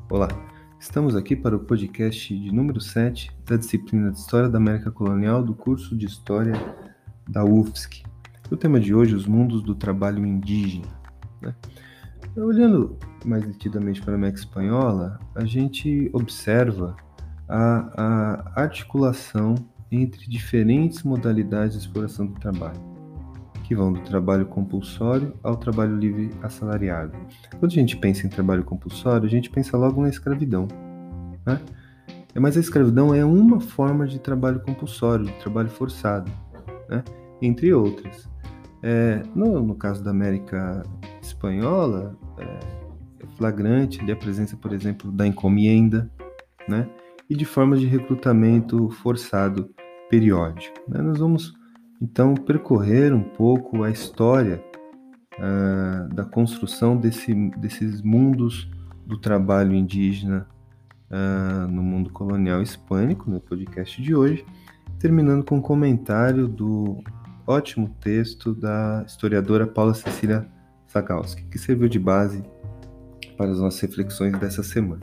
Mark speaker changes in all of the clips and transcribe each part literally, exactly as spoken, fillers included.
Speaker 1: Olá, estamos aqui para o podcast de número sete da disciplina de História da América Colonial do curso de História da U F S C. O tema de hoje, os mundos do trabalho indígena. Né? Olhando mais detidamente para a América Espanhola, a gente observa a, a articulação entre diferentes modalidades de exploração do trabalho, que vão do trabalho compulsório ao trabalho livre assalariado. Quando a gente pensa em trabalho compulsório, a gente pensa logo na escravidão, né? Mas a escravidão é uma forma de trabalho compulsório, de trabalho forçado, né? Entre outras. É, no, no caso da América Espanhola, é, é flagrante ali a presença, por exemplo, da encomienda, né? E de formas de recrutamento forçado periódico, né? Nós vamos então percorrer um pouco a história uh, da construção desse, desses mundos do trabalho indígena uh, no mundo colonial hispânico, no podcast de hoje, terminando com um comentário do ótimo texto da historiadora Paula Cecília Zagałki, que serviu de base para as nossas reflexões dessa semana.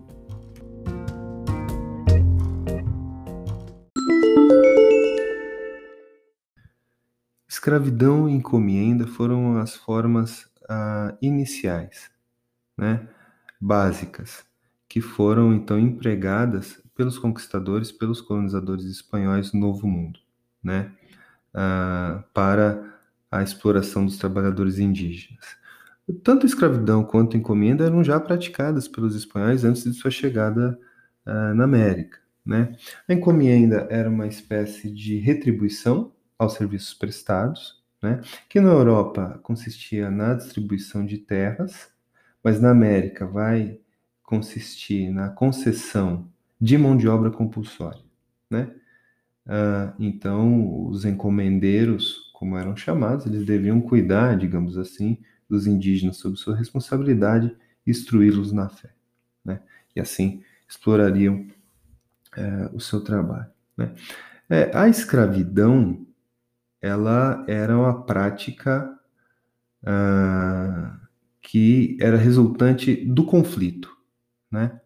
Speaker 1: Escravidão e encomienda foram as formas uh, iniciais, né, básicas, que foram então empregadas pelos conquistadores, pelos colonizadores espanhóis no Novo Mundo, né, uh, para a exploração dos trabalhadores indígenas. Tanto a escravidão quanto a encomienda eram já praticadas pelos espanhóis antes de sua chegada uh, na América, né? A encomienda era uma espécie de retribuição aos serviços prestados, né? Que na Europa consistia na distribuição de terras, mas na América vai consistir na concessão de mão de obra compulsória, né? Uh, então, os encomendeiros, como eram chamados, eles deviam cuidar, digamos assim, dos indígenas sob sua responsabilidade e instruí-los na fé, né? E assim explorariam uh, o seu trabalho, né? É, a escravidão, ela era uma prática uh, que era resultante do conflito, né?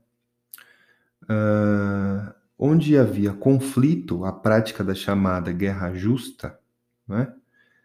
Speaker 1: Uh, onde havia conflito, a prática da chamada guerra justa, né?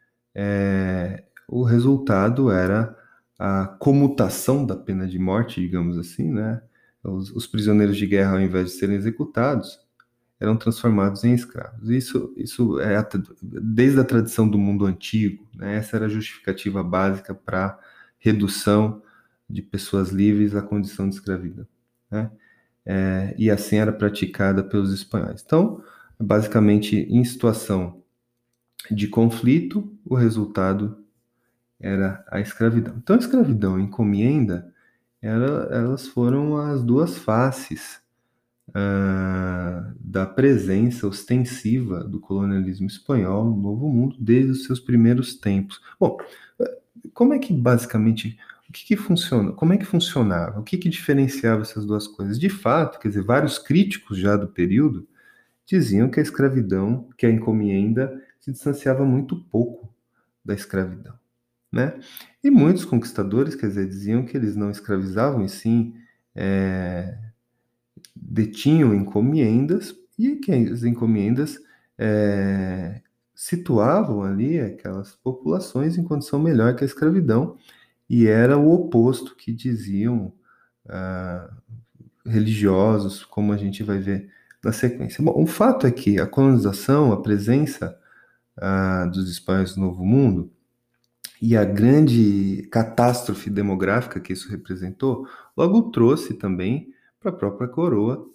Speaker 1: É, o resultado era a comutação da pena de morte, digamos assim, né? Os, os prisioneiros de guerra, ao invés de serem executados, eram transformados em escravos. Isso, isso é a, desde a tradição do mundo antigo, né? Essa era a justificativa básica para a redução de pessoas livres à condição de escravidão, né? É, e assim era praticada pelos espanhóis. Então, basicamente, em situação de conflito, o resultado era a escravidão. Então, a escravidão e a encomienda, ela, elas foram as duas faces uh, da presença ostensiva do colonialismo espanhol no Novo Mundo desde os seus primeiros tempos. Bom, como é que basicamente, o que que funciona? Como é que funcionava? O que que diferenciava essas duas coisas? De fato, quer dizer, vários críticos já do período diziam que a escravidão, que a encomienda se distanciava muito pouco da escravidão, né? E muitos conquistadores, quer dizer, diziam que eles não escravizavam e sim é, detinham encomiendas e que as encomiendas é, situavam ali aquelas populações em condição melhor que a escravidão, e era o oposto que diziam ah, religiosos, como a gente vai ver na sequência. Bom, o fato é que a colonização, a presença ah, dos espanhóis no Novo Mundo e a grande catástrofe demográfica que isso representou, logo trouxe também para a própria coroa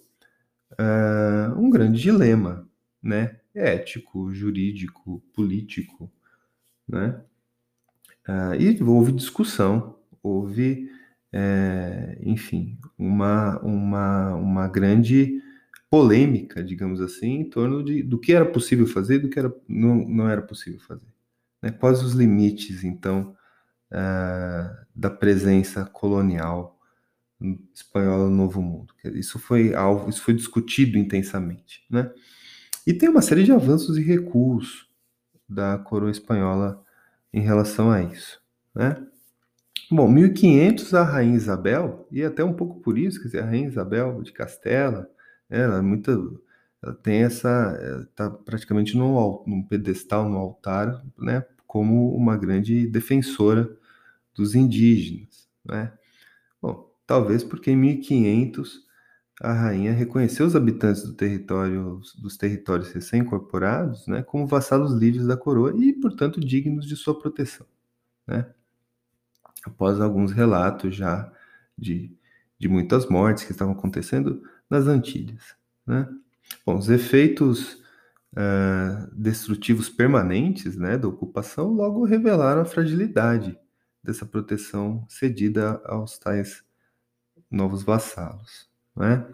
Speaker 1: ah, um grande dilema, né? Ético, jurídico, político, né? Ah, e houve discussão, houve, é, enfim, uma, uma, uma grande polêmica, digamos assim, em torno de, do que era possível fazer e do que era, não, não era possível fazer, né? Quais os limites, então, ah, da presença colonial espanhola no Novo Mundo? Isso foi algo, isso foi discutido intensamente, né? E tem uma série de avanços e recuos da coroa espanhola em relação a isso, né? Bom, mil e quinhentos a Rainha Isabel, e até um pouco por isso, quer dizer, a Rainha Isabel de Castela, né, ela é muito, ela tem essa, está praticamente no, al- num pedestal, no altar, né, como uma grande defensora dos indígenas, né? Bom, talvez porque em mil e quinhentos a rainha reconheceu os habitantes do território, dos territórios recém-incorporados, né, como vassalos livres da coroa e, portanto, dignos de sua proteção, né? Após alguns relatos já de, de muitas mortes que estavam acontecendo nas Antilhas, né? Bom, os efeitos ah, destrutivos permanentes, né, da ocupação logo revelaram a fragilidade dessa proteção cedida aos tais novos vassalos, né?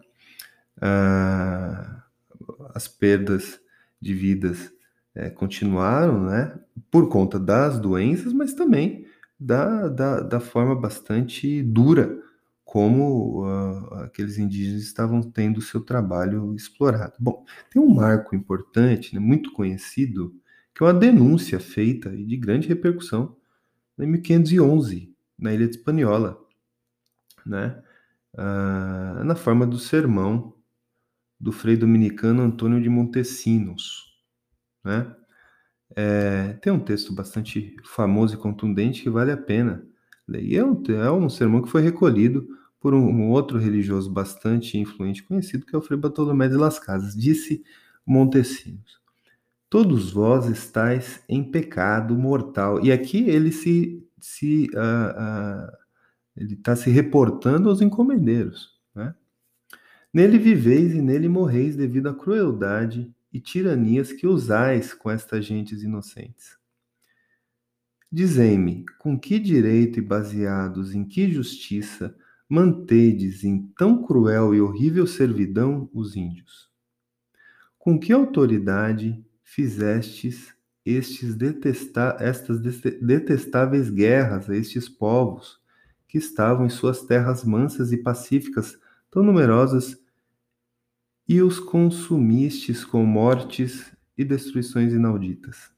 Speaker 1: Ah, as perdas de vidas eh, continuaram, né? Por conta das doenças, mas também da, da, da forma bastante dura como ah, aqueles indígenas estavam tendo o seu trabalho explorado. Bom, tem um marco importante, né, muito conhecido, que é uma denúncia feita e de grande repercussão em mil quinhentos e onze, na ilha de Hispaniola, né? Ah, na forma do sermão do frei dominicano Antônio de Montesinos, né? É, tem um texto bastante famoso e contundente que vale a pena ler. E é um, é um sermão que foi recolhido por um, um outro religioso bastante influente e conhecido, que é o Frei Bartolomé de Las Casas. Disse Montesinos: todos vós estáis em pecado mortal. E aqui ele se, se ah, ah, ele está se reportando aos encomendeiros, né? Nele viveis e nele morreis devido à crueldade e tiranias que usais com estas gentes inocentes. Dizei-me, com que direito e baseados em que justiça mantedes em tão cruel e horrível servidão os índios? Com que autoridade fizestes estes detesta estas detestáveis guerras a estes povos que estavam em suas terras mansas e pacíficas, tão numerosas, e os consumistes com mortes e destruições inauditas?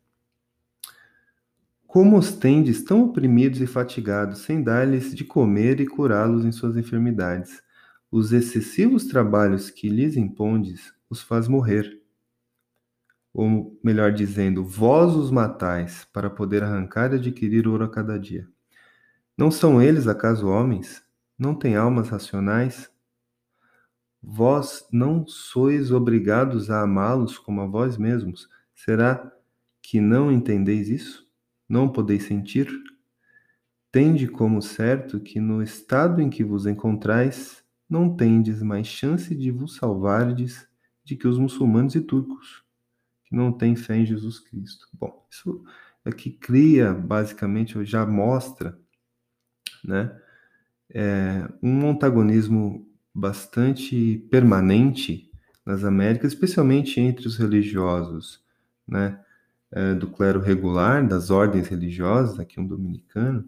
Speaker 1: Como os tendes tão oprimidos e fatigados, sem dar-lhes de comer e curá-los em suas enfermidades? Os excessivos trabalhos que lhes impondes os faz morrer. Ou, melhor dizendo, vós os matais para poder arrancar e adquirir ouro a cada dia. Não são eles, acaso, homens? Não têm almas racionais? Vós não sois obrigados a amá-los como a vós mesmos? Será que não entendeis isso? Não podeis sentir? Tende como certo que no estado em que vos encontrais, não tendes mais chance de vos salvardes de que os muçulmanos e turcos, que não têm fé em Jesus Cristo. Bom, isso aqui cria, basicamente, ou já mostra, né, é, um antagonismo bastante permanente nas Américas, especialmente entre os religiosos, né, é, do clero regular, das ordens religiosas, aqui um dominicano,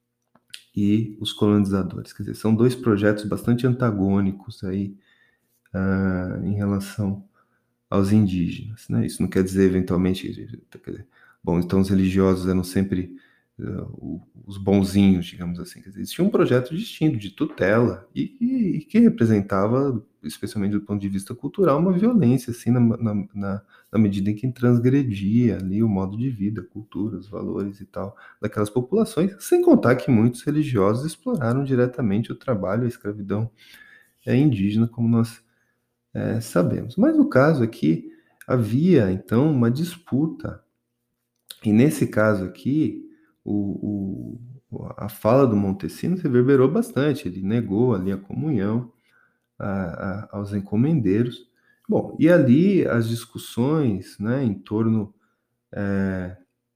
Speaker 1: e os colonizadores. Quer dizer, são dois projetos bastante antagônicos aí uh, em relação aos indígenas, né? Isso não quer dizer, eventualmente, quer dizer, bom, então os religiosos eram sempre uh, os bonzinhos, digamos assim. Quer dizer, existia um projeto distinto de tutela e, e, e que representava, especialmente do ponto de vista cultural, uma violência, assim, na, na, na, na medida em que transgredia ali o modo de vida, a cultura, os valores e tal daquelas populações, sem contar que muitos religiosos exploraram diretamente o trabalho, a escravidão é, indígena, como nós é, sabemos. Mas no caso aqui, havia então uma disputa, e nesse caso aqui, o, o, a fala do Montesinos reverberou bastante, ele negou ali a comunhão a, a, aos encomendeiros. Bom, e ali as discussões, né, em torno é,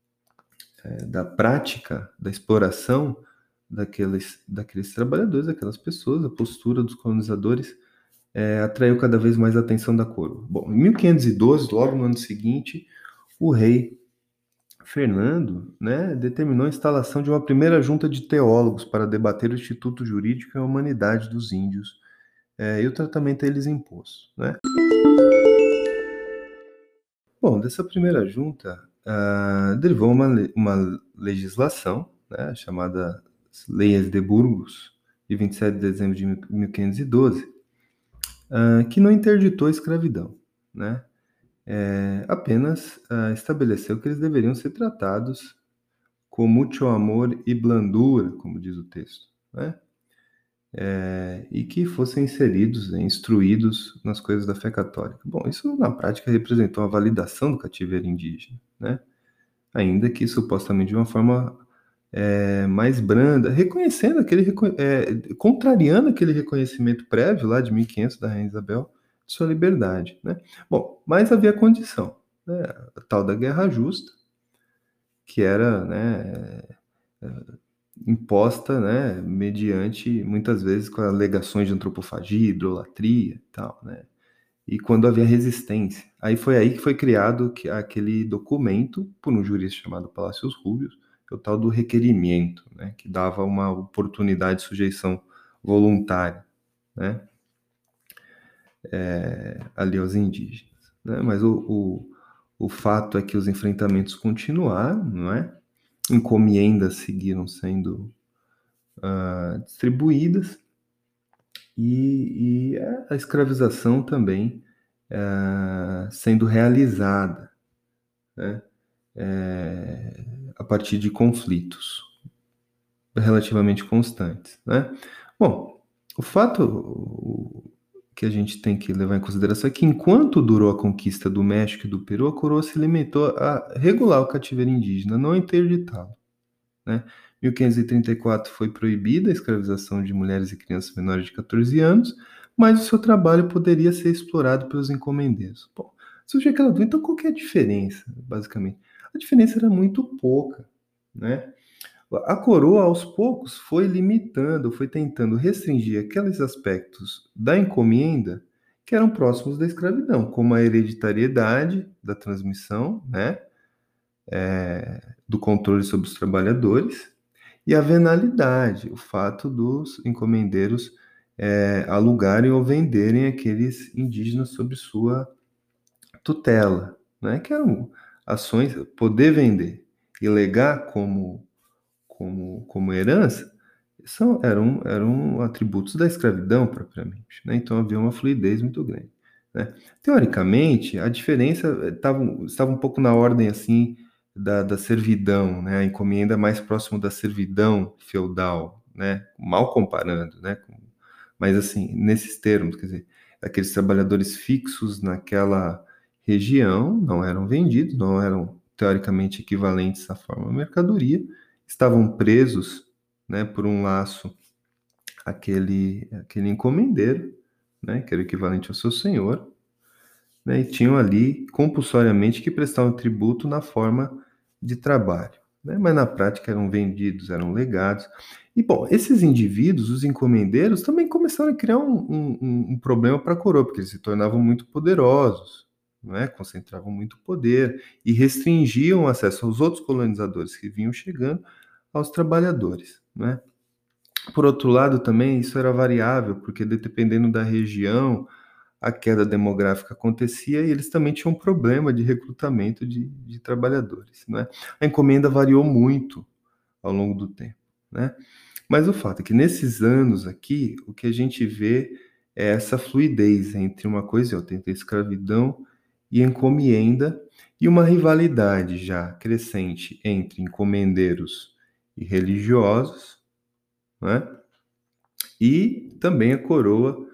Speaker 1: é, da prática, da exploração daqueles, daqueles trabalhadores, daquelas pessoas, a postura dos colonizadores, é, atraiu cada vez mais a atenção da coroa. Bom, em mil quinhentos e doze, logo no ano seguinte, o rei Fernando, né, determinou a instalação de uma primeira junta de teólogos para debater o instituto jurídico e a humanidade dos índios é, e o tratamento a eles imposto, né? Bom, dessa primeira junta, ah, derivou uma, uma legislação, né, chamada Leis de Burgos, de vinte e sete de dezembro de mil quinhentos e doze, uh, que não interditou a escravidão, né? É, apenas uh, estabeleceu que eles deveriam ser tratados com muito amor e blandura, como diz o texto, né? É, e que fossem inseridos, né, instruídos nas coisas da fé católica. Bom, isso na prática representou a validação do cativeiro indígena, né? Ainda que supostamente de uma forma é, mais branda, reconhecendo aquele, é, contrariando aquele reconhecimento prévio lá de mil e quinhentos da Rainha Isabel de sua liberdade, né? Bom, mas havia condição, né? A tal da guerra justa, que era, né, imposta, né, mediante, muitas vezes, com alegações de antropofagia, idolatria e tal, né? E quando havia resistência. Aí foi aí que foi criado aquele documento, por um jurista chamado Palacios Rúbios, o tal do requerimento, né, que dava uma oportunidade de sujeição voluntária, né, é, ali aos indígenas, né? Mas o, o, o fato é que os enfrentamentos continuaram, não é? Encomiendas seguiram sendo uh, distribuídas e, e a escravização também uh, sendo realizada, né? É, a partir de conflitos relativamente constantes, né? Bom, o fato que a gente tem que levar em consideração é que enquanto durou a conquista do México e do Peru, a coroa se limitou a regular o cativeiro indígena, não a interditá-lo, né? mil quinhentos e trinta e quatro foi proibida a escravização de mulheres e crianças menores de catorze anos, mas o seu trabalho poderia ser explorado pelos encomendeiros. Bom, surge aquela dúvida, então qual que é a diferença, basicamente? A diferença era muito pouca, né? A coroa, aos poucos, foi limitando, foi tentando restringir aqueles aspectos da encomenda que eram próximos da escravidão, como a hereditariedade da transmissão, né? É, do controle sobre os trabalhadores, e a venalidade, o fato dos encomendeiros é, alugarem ou venderem aqueles indígenas sob sua tutela, né? Que eram ações, poder vender e legar como, como, como herança, são, eram, eram atributos da escravidão propriamente, né? Então havia uma fluidez muito grande, né? Teoricamente, a diferença estava, estava um pouco na ordem assim da, da servidão, né? A encomenda mais próximo da servidão feudal, né? Mal comparando, né? Mas assim, nesses termos, quer dizer, aqueles trabalhadores fixos naquela região não eram vendidos, não eram teoricamente equivalentes à forma mercadoria, estavam presos, né, por um laço aquele, aquele encomendeiro, né, que era o equivalente ao seu senhor, né, e tinham ali compulsoriamente que prestar um tributo na forma de trabalho, né, mas na prática eram vendidos, eram legados. E, bom, esses indivíduos, os encomendeiros, também começaram a criar um, um, um problema para a coroa, porque eles se tornavam muito poderosos, né, concentravam muito poder e restringiam o acesso aos outros colonizadores que vinham chegando aos trabalhadores, né. Por outro lado, também isso era variável, porque dependendo da região, a queda demográfica acontecia e eles também tinham um problema de recrutamento de, de trabalhadores, né? A encomenda variou muito ao longo do tempo, né? Mas o fato é que nesses anos aqui, o que a gente vê é essa fluidez entre uma coisa e outra, entre escravidão e encomenda, e uma rivalidade já crescente entre encomendeiros e religiosos, né? E também a coroa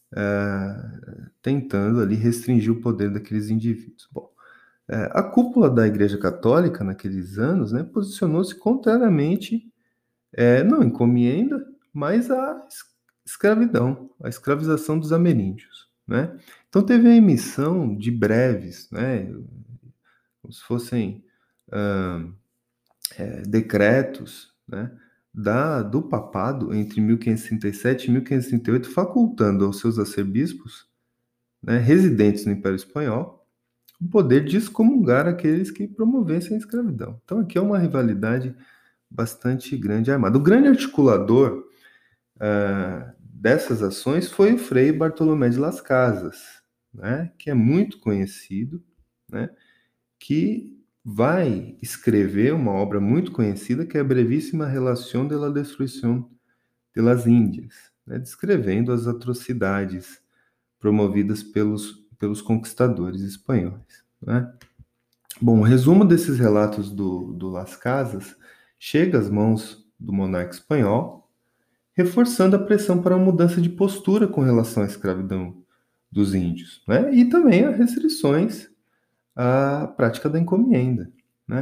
Speaker 1: uh, tentando ali restringir o poder daqueles indivíduos. Bom, uh, a cúpula da Igreja Católica naqueles anos, né, posicionou-se contrariamente, uh, não encomenda, mas à escravidão, à escravização dos ameríndios, né? Então teve a emissão de breves, né, como se fossem uh, uh, decretos, né, da, do papado entre mil quinhentos e trinta e sete e mil quinhentos e trinta e oito, facultando aos seus arcebispos, né, residentes no Império Espanhol, o poder de excomungar aqueles que promovessem a escravidão. Então aqui é uma rivalidade bastante grande armada. O grande articulador uh, dessas ações foi o Frei Bartolomé de Las Casas, né, que é muito conhecido, né, que vai escrever uma obra muito conhecida que é a Brevíssima Relación de la Destrucción de las Índias, né, descrevendo as atrocidades promovidas pelos, pelos conquistadores espanhóis, né? Bom, o resumo desses relatos do, do Las Casas chega às mãos do monarca espanhol, reforçando a pressão para uma mudança de postura com relação à escravidão dos índios, né? E também a restrições à prática da encomienda, né?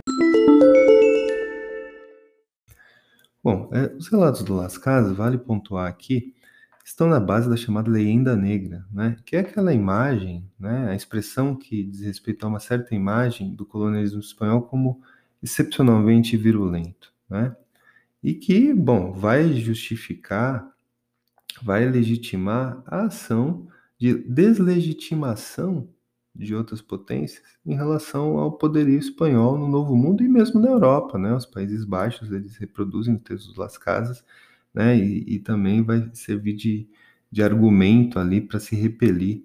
Speaker 1: Bom, é, os relatos do Las Casas, vale pontuar aqui, estão na base da chamada leyenda negra, né? Que é aquela imagem, né? A expressão que diz respeito a uma certa imagem do colonialismo espanhol como excepcionalmente virulento, né? E que, bom, vai justificar, vai legitimar a ação de deslegitimação de outras potências em relação ao poderio espanhol no Novo Mundo e mesmo na Europa, né? Os Países Baixos, eles reproduzem o texto das Las Casas, né? E, e também vai servir de, de argumento ali para se repelir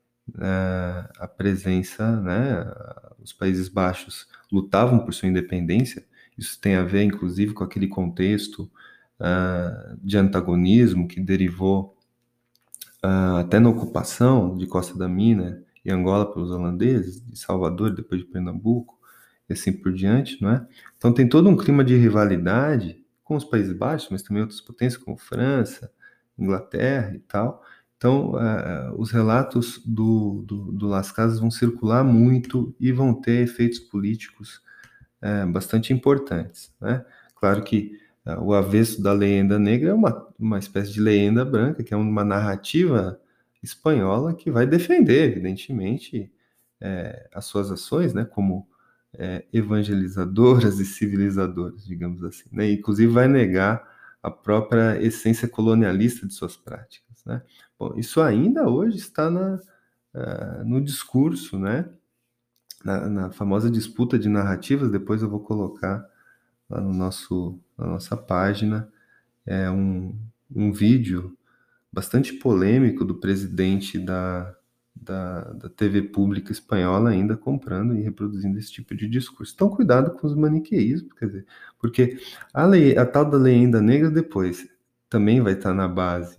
Speaker 1: uh, a presença, né? Os Países Baixos lutavam por sua independência. Isso tem a ver, inclusive, com aquele contexto uh, de antagonismo que derivou uh, até na ocupação de Costa da Mina e Angola pelos holandeses, de Salvador, depois de Pernambuco, e assim por diante, não é? Então tem todo um clima de rivalidade com os Países Baixos, mas também outras potências como França, Inglaterra e tal. Então, uh, os relatos do, do, do Las Casas vão circular muito e vão ter efeitos políticos uh, bastante importantes, né? Claro que uh, o avesso da leyenda negra é uma, uma espécie de leyenda branca, que é uma narrativa espanhola que vai defender, evidentemente, é, as suas ações, né, como é, evangelizadoras e civilizadoras, digamos assim, né, e, inclusive vai negar a própria essência colonialista de suas práticas, né. Bom, isso ainda hoje está na, uh, no discurso, né, na, na famosa disputa de narrativas. Depois eu vou colocar lá no nosso, na nossa página é um, um vídeo bastante polêmico do presidente da, da, da T V pública espanhola ainda comprando e reproduzindo esse tipo de discurso. Então, cuidado com os maniqueísmos, quer dizer, porque a, lei, a tal da leyenda negra depois também vai estar na base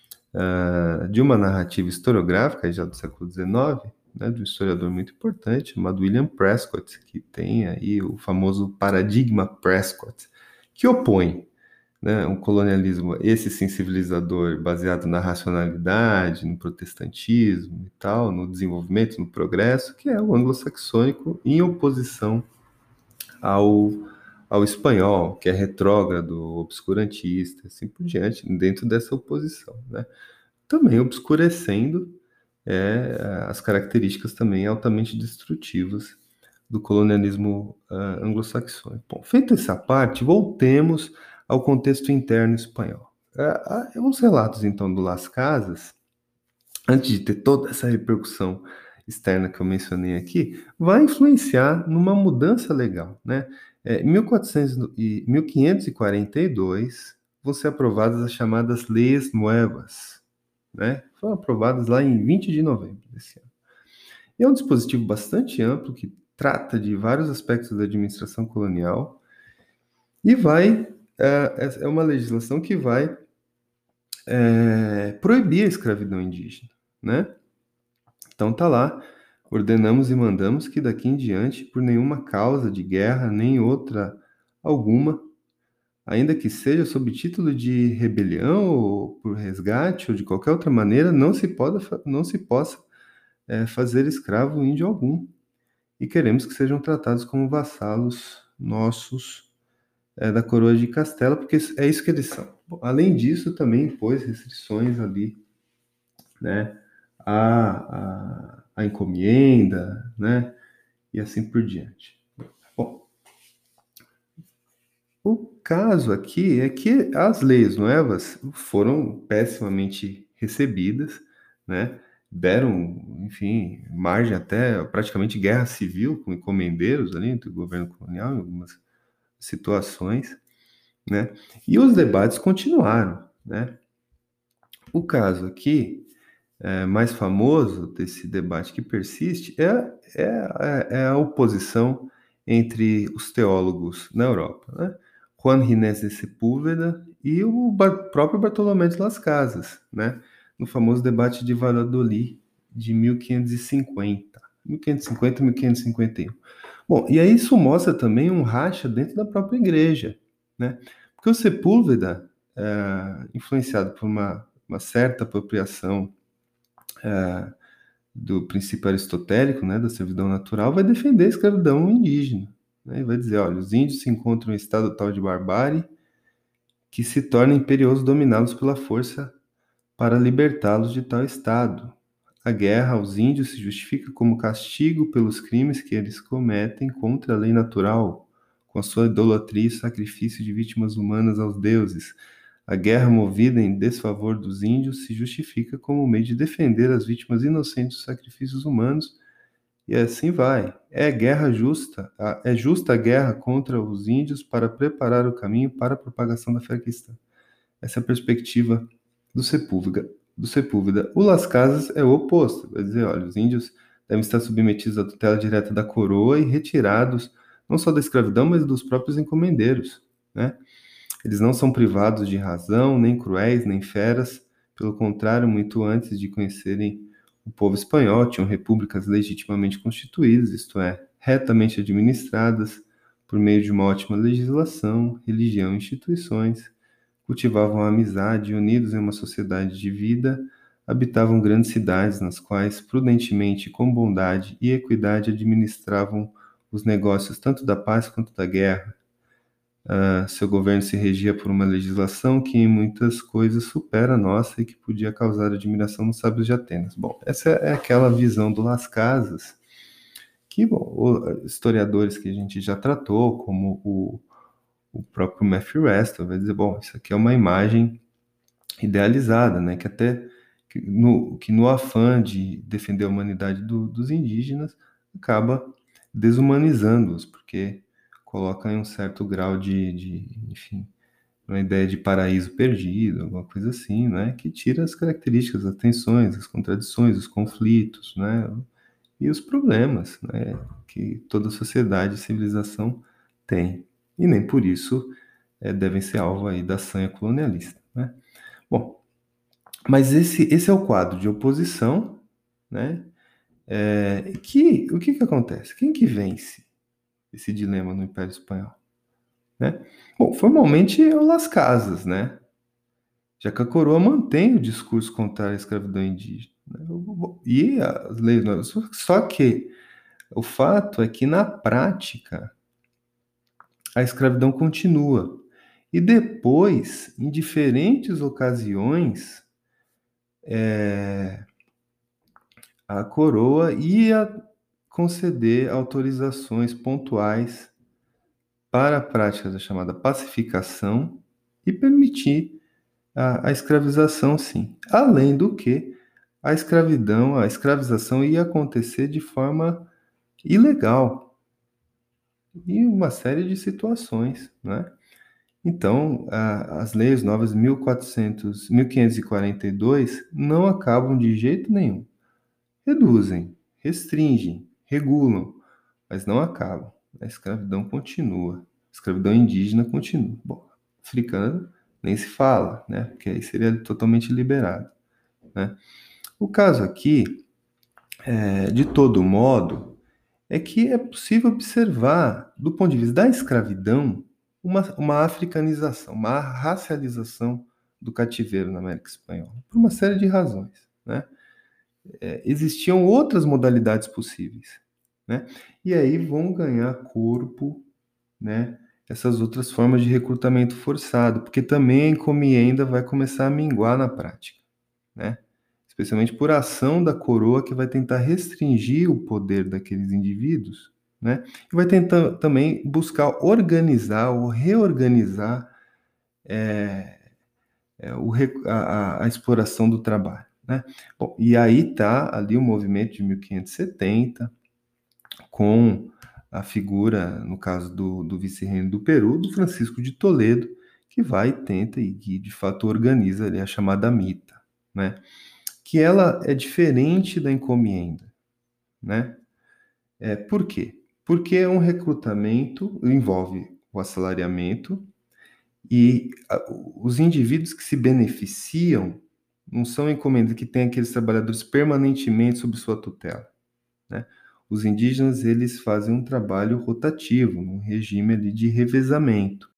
Speaker 1: uh, de uma narrativa historiográfica já do século dezenove, né, de um historiador muito importante chamado William Prescott, que tem aí o famoso paradigma Prescott, que opõe, né, um colonialismo, esse sensibilizador baseado na racionalidade, no protestantismo e tal, no desenvolvimento, no progresso, que é o anglo-saxônico, em oposição ao, ao espanhol, que é retrógrado, obscurantista, assim por diante, dentro dessa oposição, né? Também obscurecendo é, as características também altamente destrutivas do colonialismo uh, anglo-saxônico. Bom, feita essa parte, voltemos ao contexto interno espanhol. Uh, uh, os relatos, então, do Las Casas, antes de ter toda essa repercussão externa que eu mencionei aqui, vai influenciar numa mudança legal, né? É, em mil quinhentos e quarenta e dois vão ser aprovadas as chamadas Leis Nuevas, né? Foram aprovadas lá em vinte de novembro desse ano. E é um dispositivo bastante amplo que trata de vários aspectos da administração colonial e vai é, é uma legislação que vai é, proibir a escravidão indígena, né? Então tá lá, ordenamos e mandamos que daqui em diante, por nenhuma causa de guerra nem outra alguma, ainda que seja sob título de rebelião ou por resgate ou de qualquer outra maneira, não se, pode, não se possa é, fazer escravo índio algum. E queremos que sejam tratados como vassalos nossos é, da coroa de Castela, porque é isso que eles são. Bom, além disso, também impôs restrições ali, né, a, a, a encomienda, né, e assim por diante. Bom, o caso aqui é que as leis novas foram pessimamente recebidas, né, deram, enfim, margem até praticamente guerra civil com encomendeiros ali entre o governo colonial em algumas situações, né? E os debates continuaram, né? O caso aqui é, mais famoso desse debate que persiste é, é, é a oposição entre os teólogos na Europa, né? Juan Ginés de Sepúlveda e o Bar- próprio Bartolomé de Las Casas, né? No famoso debate de Valladolid de mil quinhentos e cinquenta. mil quinhentos e cinquenta, mil quinhentos e cinquenta e um. Bom, e aí isso mostra também um racha dentro da própria igreja, né? Porque o Sepúlveda, é, influenciado por uma, uma certa apropriação é, do princípio aristotélico, né, da servidão natural, vai defender a escravidão indígena, né? E vai dizer, olha, os índios se encontram em estado tal de barbárie que se torna imperioso dominá-los pela força para libertá-los de tal estado. A guerra aos índios se justifica como castigo pelos crimes que eles cometem contra a lei natural, com a sua idolatria e sacrifício de vítimas humanas aos deuses. A guerra movida em desfavor dos índios se justifica como meio de defender as vítimas inocentes dos sacrifícios humanos, e assim vai. É guerra justa, a- é justa a guerra contra os índios para preparar o caminho para a propagação da fé cristã. Essa é a perspectiva do Sepúlveda. Do Sepúlveda. O Las Casas é o oposto. Vai dizer, olha, os índios devem estar submetidos à tutela direta da coroa e retirados não só da escravidão, mas dos próprios encomendeiros, né? Eles não são privados de razão, nem cruéis, nem feras. Pelo contrário, muito antes de conhecerem o povo espanhol, tinham repúblicas legitimamente constituídas, isto é, retamente administradas, por meio de uma ótima legislação, religião e instituições. Cultivavam a amizade e, unidos em uma sociedade de vida, habitavam grandes cidades nas quais, prudentemente, com bondade e equidade, administravam os negócios tanto da paz quanto da guerra. Uh, seu governo se regia por uma legislação que em muitas coisas supera a nossa e que podia causar admiração nos sábios de Atenas. Bom, essa é aquela visão do Las Casas que, bom, historiadores que a gente já tratou, como o, o próprio Matthew Reston, vai dizer, bom, isso aqui é uma imagem idealizada, né, que até que no, que no afã de defender a humanidade do, dos indígenas acaba desumanizando-os, porque coloca em um certo grau de, de, enfim, uma ideia de paraíso perdido, alguma coisa assim, né, que tira as características, as tensões, as contradições, os conflitos, né, e os problemas, né, que toda sociedade e civilização tem. E nem por isso é, devem ser alvo aí da sanha colonialista, né. Bom, mas esse, esse é o quadro de oposição, né, é, que, o que que acontece? Quem que vence esse dilema no Império Espanhol? Né? Bom, formalmente é o Las Casas, né? Já que a coroa mantém o discurso contra a escravidão indígena. Né? E as leis. Só que o fato é que, na prática, a escravidão continua. E depois, em diferentes ocasiões, é, a coroa ia conceder autorizações pontuais para a prática da chamada pacificação e permitir a, a escravização, sim. Além do que, a escravidão, a escravização ia acontecer de forma ilegal em uma série de situações, né? Então, a, as leis novas de mil e quatrocentos, mil quinhentos e quarenta e dois não acabam de jeito nenhum. Reduzem, restringem, regulam, mas não acabam. A escravidão continua. A escravidão indígena continua. Bom, africana nem se fala, né? Porque aí seria totalmente liberado, né? O caso aqui, é, de todo modo, é que é possível observar, do ponto de vista da escravidão, uma, uma africanização, uma racialização do cativeiro na América Espanhola, por uma série de razões, né? É, existiam outras modalidades possíveis, né? E aí vão ganhar corpo, né, essas outras formas de recrutamento forçado, porque também a encomienda vai começar a minguar na prática, né? Especialmente por ação da coroa que vai tentar restringir o poder daqueles indivíduos, né? E vai tentar também buscar organizar ou reorganizar é, é, o, a, a, a exploração do trabalho, né? Bom, e aí tá ali o movimento de mil quinhentos e setenta, com a figura, no caso do, do vice-reino do Peru, do Francisco de Toledo, que vai, tenta e que de fato organiza ali a chamada mita, né? Que ela é diferente da encomienda, né? É, por quê? Porque um recrutamento envolve o assalariamento e a, os indivíduos que se beneficiam não são encomendas que têm aqueles trabalhadores permanentemente sob sua tutela, né? Os indígenas, eles fazem um trabalho rotativo, um regime ali de revezamento.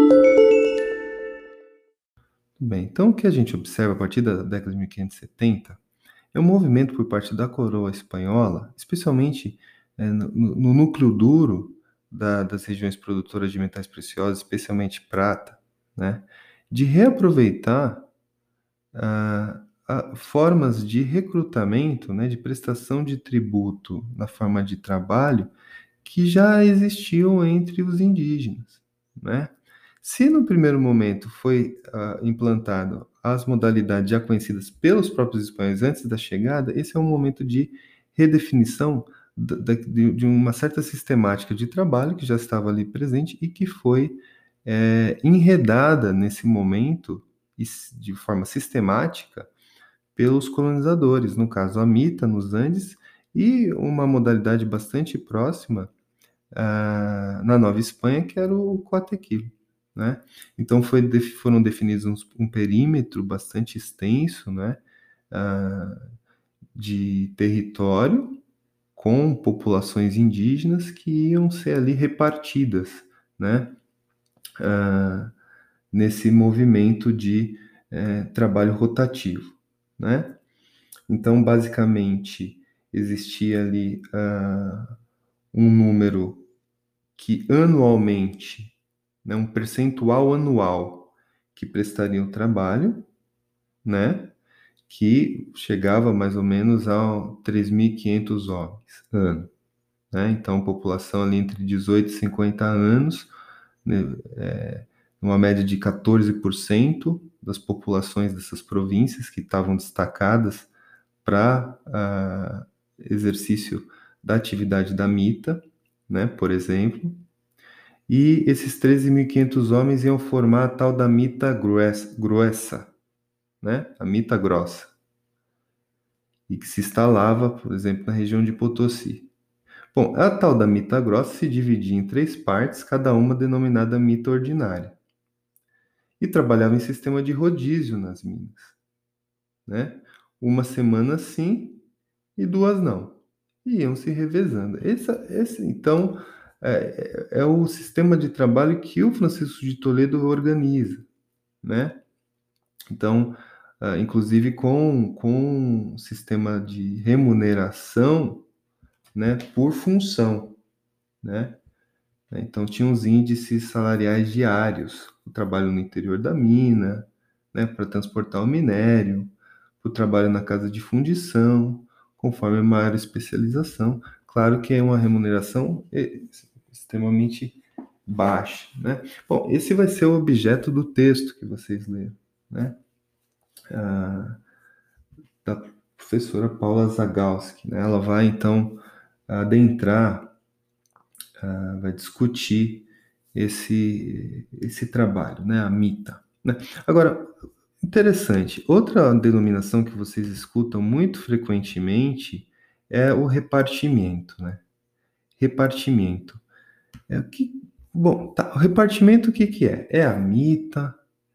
Speaker 1: Bem, então o que a gente observa a partir da década de mil quinhentos e setenta é um movimento por parte da coroa espanhola, especialmente é, no, no núcleo duro da, das regiões produtoras de metais preciosos, especialmente prata, né, de reaproveitar ah, a, formas de recrutamento, né, de prestação de tributo na forma de trabalho que já existiam entre os indígenas, né? Se no primeiro momento foi uh, implantado as modalidades já conhecidas pelos próprios espanhóis antes da chegada, esse é um momento de redefinição da, da, de, de uma certa sistemática de trabalho que já estava ali presente e que foi é, enredada nesse momento de forma sistemática pelos colonizadores, no caso a Mita nos Andes e uma modalidade bastante próxima ah, na Nova Espanha, que era o Coatequil, né? Então foi, foram definidos uns, um perímetro bastante extenso, né, ah, de território com populações indígenas que iam ser ali repartidas, né, ah, nesse movimento de eh, trabalho rotativo, né? Então, basicamente, existia ali ah, um número que anualmente, né, um percentual anual que prestaria o trabalho, né, que chegava mais ou menos a três mil e quinhentos homens ano, né? Então, população ali entre dezoito e cinquenta anos, né, é, uma média de quatorze por cento das populações dessas províncias que estavam destacadas para uh, exercício da atividade da mita, né, por exemplo. E esses treze mil e quinhentos homens iam formar a tal da mita gruessa, né? A mita grossa, e que se instalava, por exemplo, na região de Potosí. Bom, a tal da mita grossa se dividia em três partes, cada uma denominada mita ordinária, e trabalhava em sistema de rodízio nas minas, né? Uma semana sim e duas não. E iam se revezando. Esse, esse então, é, é o sistema de trabalho que o Francisco de Toledo organiza, né? Então, uh, inclusive com, com um sistema de remuneração, né, por função, né? Então, tinha os índices salariais diários, o trabalho no interior da mina, né, para transportar o minério, o trabalho na casa de fundição, conforme a maior especialização. Claro que é uma remuneração extremamente baixa, né? Bom, esse vai ser o objeto do texto que vocês leram, né? Ah, da professora Paula Zagalski, né? Ela vai, então, adentrar, ah, vai discutir esse, esse trabalho, né? A mita, né? Agora, interessante. Outra denominação que vocês escutam muito frequentemente é o repartimento, né? Repartimento. É o que, bom, tá. O repartimento o que que é? É a mita,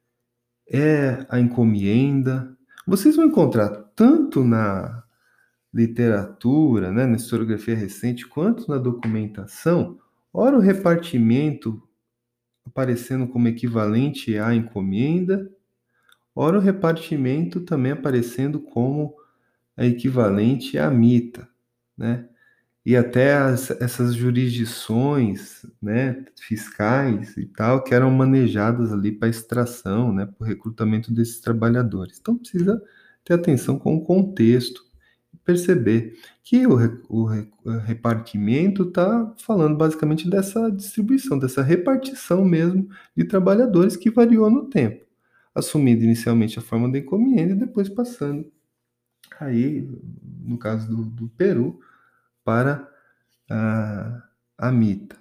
Speaker 1: é a encomienda. Vocês vão encontrar tanto na literatura, né, na historiografia recente, quanto na documentação, ora o repartimento aparecendo como equivalente à encomenda, ora o repartimento também aparecendo como a equivalente à mita, né? E até as, essas jurisdições, né, fiscais e tal, que eram manejadas ali para extração, né, para o recrutamento desses trabalhadores. Então precisa ter atenção com o contexto e perceber que o, re, o, re, o repartimento está falando basicamente dessa distribuição, dessa repartição mesmo de trabalhadores que variou no tempo, assumindo inicialmente a forma da encomenda e depois passando aí, no caso do, do Peru, para a, a mita.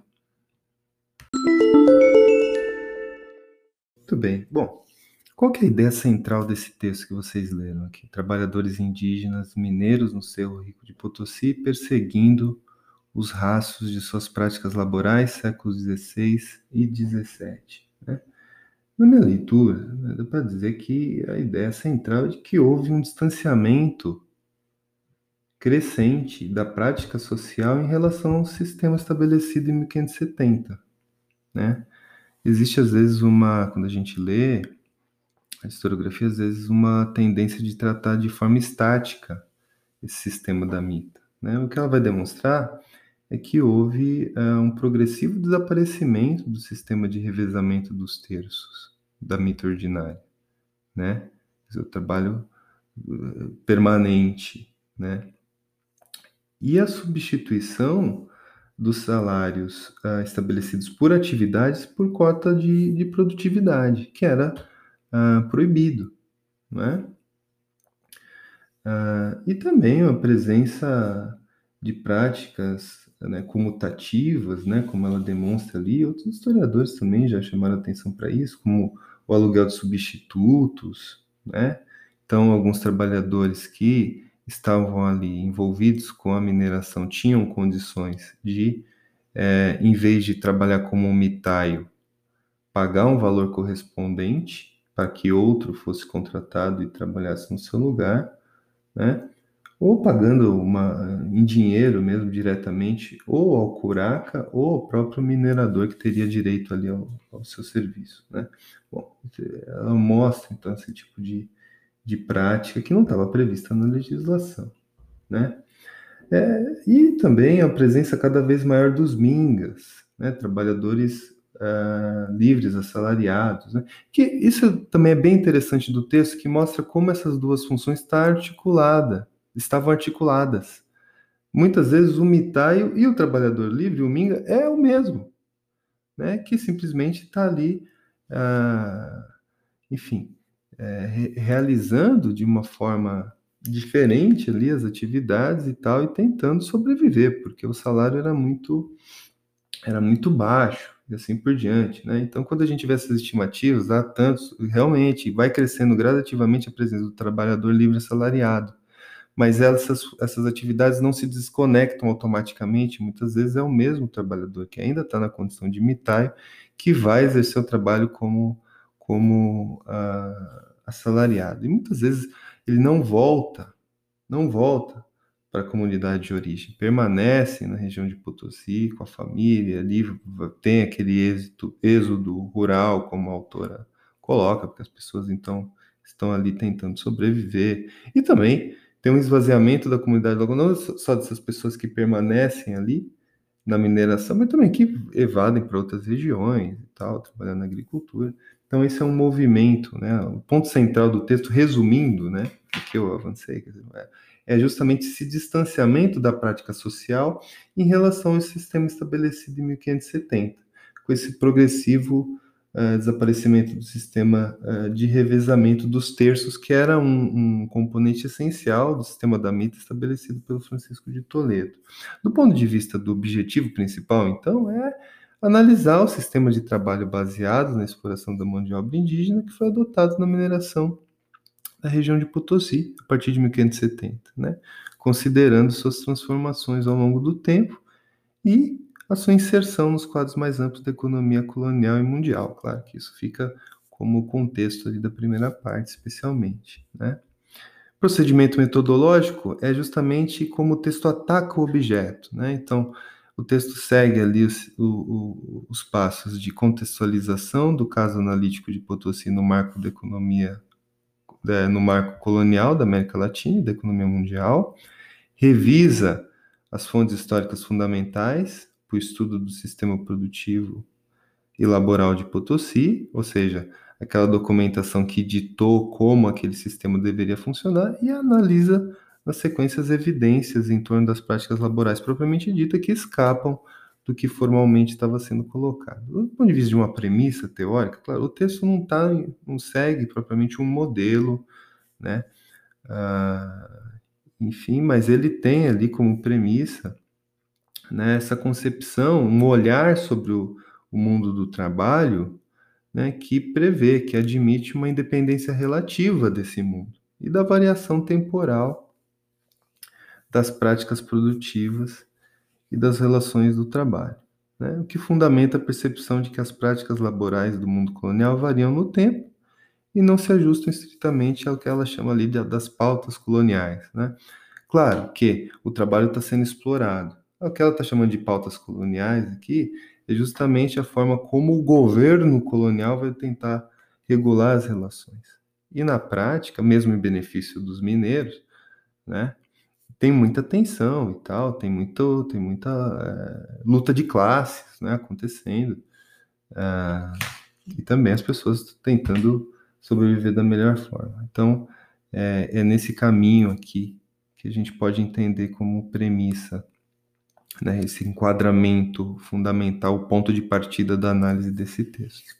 Speaker 1: Muito bem. Bom, qual que é a ideia central desse texto que vocês leram aqui? Trabalhadores indígenas mineiros no Cerro Rico de Potosí perseguindo os rastros de suas práticas laborais, séculos dezesseis e dezessete. Né? Na minha leitura, né, dá para dizer que a ideia central é de que houve um distanciamento crescente da prática social em relação ao sistema estabelecido em mil quinhentos e setenta. Né? Existe, às vezes, uma, quando a gente lê a historiografia, às vezes, uma tendência de tratar de forma estática esse sistema da mita. Né? O que ela vai demonstrar é que houve uh, um progressivo desaparecimento do sistema de revezamento dos terços da mita ordinária, né? O trabalho uh, permanente, né? E a substituição dos salários uh, estabelecidos por atividades por cota de, de produtividade, que era uh, proibido, né? Uh, e também a presença de práticas, né, comutativas, né, como ela demonstra ali, outros historiadores também já chamaram atenção para isso, como o aluguel de substitutos, né? Então, alguns trabalhadores que estavam ali envolvidos com a mineração tinham condições de, é, em vez de trabalhar como um mitaio, pagar um valor correspondente para que outro fosse contratado e trabalhasse no seu lugar, né? Ou pagando uma, em dinheiro mesmo diretamente, ou ao curaca, ou ao próprio minerador que teria direito ali ao, ao seu serviço, né? Bom, ela mostra então esse tipo de, de prática que não estava prevista na legislação, né? É, e também a presença cada vez maior dos mingas, né? Trabalhadores uh, livres, assalariados, né? Que isso também é bem interessante do texto, que mostra como essas duas funções estão articulada, estavam articuladas. Muitas vezes o mitaio e o trabalhador livre, o minga, é o mesmo, né? Que simplesmente está ali, uh, enfim, é, re realizando de uma forma diferente ali as atividades e tal, e tentando sobreviver, porque o salário era muito era muito baixo, e assim por diante, né? Então, quando a gente vê essas estimativas, há tantos, realmente vai crescendo gradativamente a presença do trabalhador livre assalariado, mas essas, essas atividades não se desconectam automaticamente, muitas vezes é o mesmo trabalhador que ainda está na condição de mitaio que vai exercer o trabalho como, como uh, assalariado. E muitas vezes ele não volta, não volta para a comunidade de origem, permanece na região de Potosí com a família, ali tem aquele êxito, êxodo rural, como a autora coloca, porque as pessoas então estão ali tentando sobreviver. E também tem um esvaziamento da comunidade local, não só dessas pessoas que permanecem ali na mineração, mas também que evadem para outras regiões e tal, trabalhando na agricultura. Então, esse é um movimento, né? O ponto central do texto, resumindo, né? Que eu avancei, quer dizer, é justamente esse distanciamento da prática social em relação ao sistema estabelecido em mil quinhentos e setenta, com esse progressivo uh, desaparecimento do sistema uh, de revezamento dos terços, que era um, um componente essencial do sistema da mita estabelecido pelo Francisco de Toledo. Do ponto de vista do objetivo principal, então, é analisar o sistema de trabalho baseado na exploração da mão de obra indígena que foi adotado na mineração da região de Potosí, a partir de mil quinhentos e setenta, né? Considerando suas transformações ao longo do tempo e a sua inserção nos quadros mais amplos da economia colonial e mundial. Claro que isso fica como contexto ali da primeira parte, especialmente, né? Procedimento metodológico é justamente como o texto ataca o objeto, né? Então, o texto segue ali os, o, o, os passos de contextualização do caso analítico de Potosí no marco da economia, é, no marco colonial da América Latina e da economia mundial, revisa as fontes históricas fundamentais para o estudo do sistema produtivo e laboral de Potosí, ou seja, aquela documentação que ditou como aquele sistema deveria funcionar, e analisa na sequência as evidências em torno das práticas laborais propriamente dita que escapam do que formalmente estava sendo colocado. Do ponto de vista de uma premissa teórica, claro, o texto não, tá, não segue propriamente um modelo, né? Ah, enfim, mas ele tem ali como premissa, né, essa concepção, um olhar sobre o, o mundo do trabalho, né, que prevê, que admite uma independência relativa desse mundo e da variação temporal das práticas produtivas e das relações do trabalho, né? O que fundamenta a percepção de que as práticas laborais do mundo colonial variam no tempo e não se ajustam estritamente ao que ela chama ali de, das pautas coloniais, né? Claro que o trabalho está sendo explorado. O que ela está chamando de pautas coloniais aqui é justamente a forma como o governo colonial vai tentar regular as relações. E na prática, mesmo em benefício dos mineiros, né, tem muita tensão e tal, tem, muito, tem muita é, luta de classes, né, acontecendo. É, e também as pessoas tentando sobreviver da melhor forma. Então, é, é nesse caminho aqui que a gente pode entender como premissa, né, esse enquadramento fundamental, o ponto de partida da análise desse texto.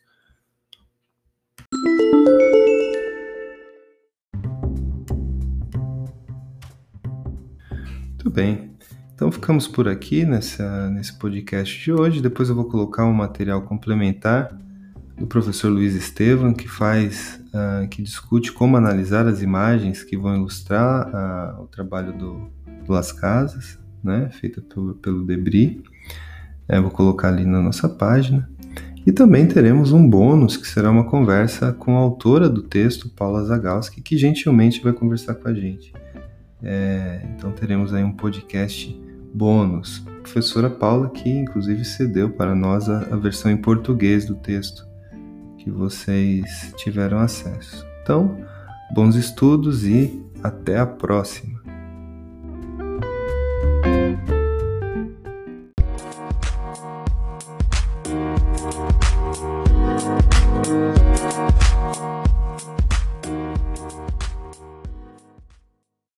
Speaker 1: Muito bem. Então ficamos por aqui nessa, nesse podcast de hoje. Depois eu vou colocar um material complementar do professor Luiz Estevam, que faz, uh, que discute como analisar as imagens que vão ilustrar uh, o trabalho do, do Las Casas, né, feita pelo, pelo Debris. É, vou colocar ali na nossa página. E também teremos um bônus, que será uma conversa com a autora do texto, Paula Zagalski, que gentilmente vai conversar com a gente. É, então teremos aí um podcast bônus. A professora Paula, que inclusive cedeu para nós a, a versão em português do texto que vocês tiveram acesso. Então, bons estudos e até a próxima!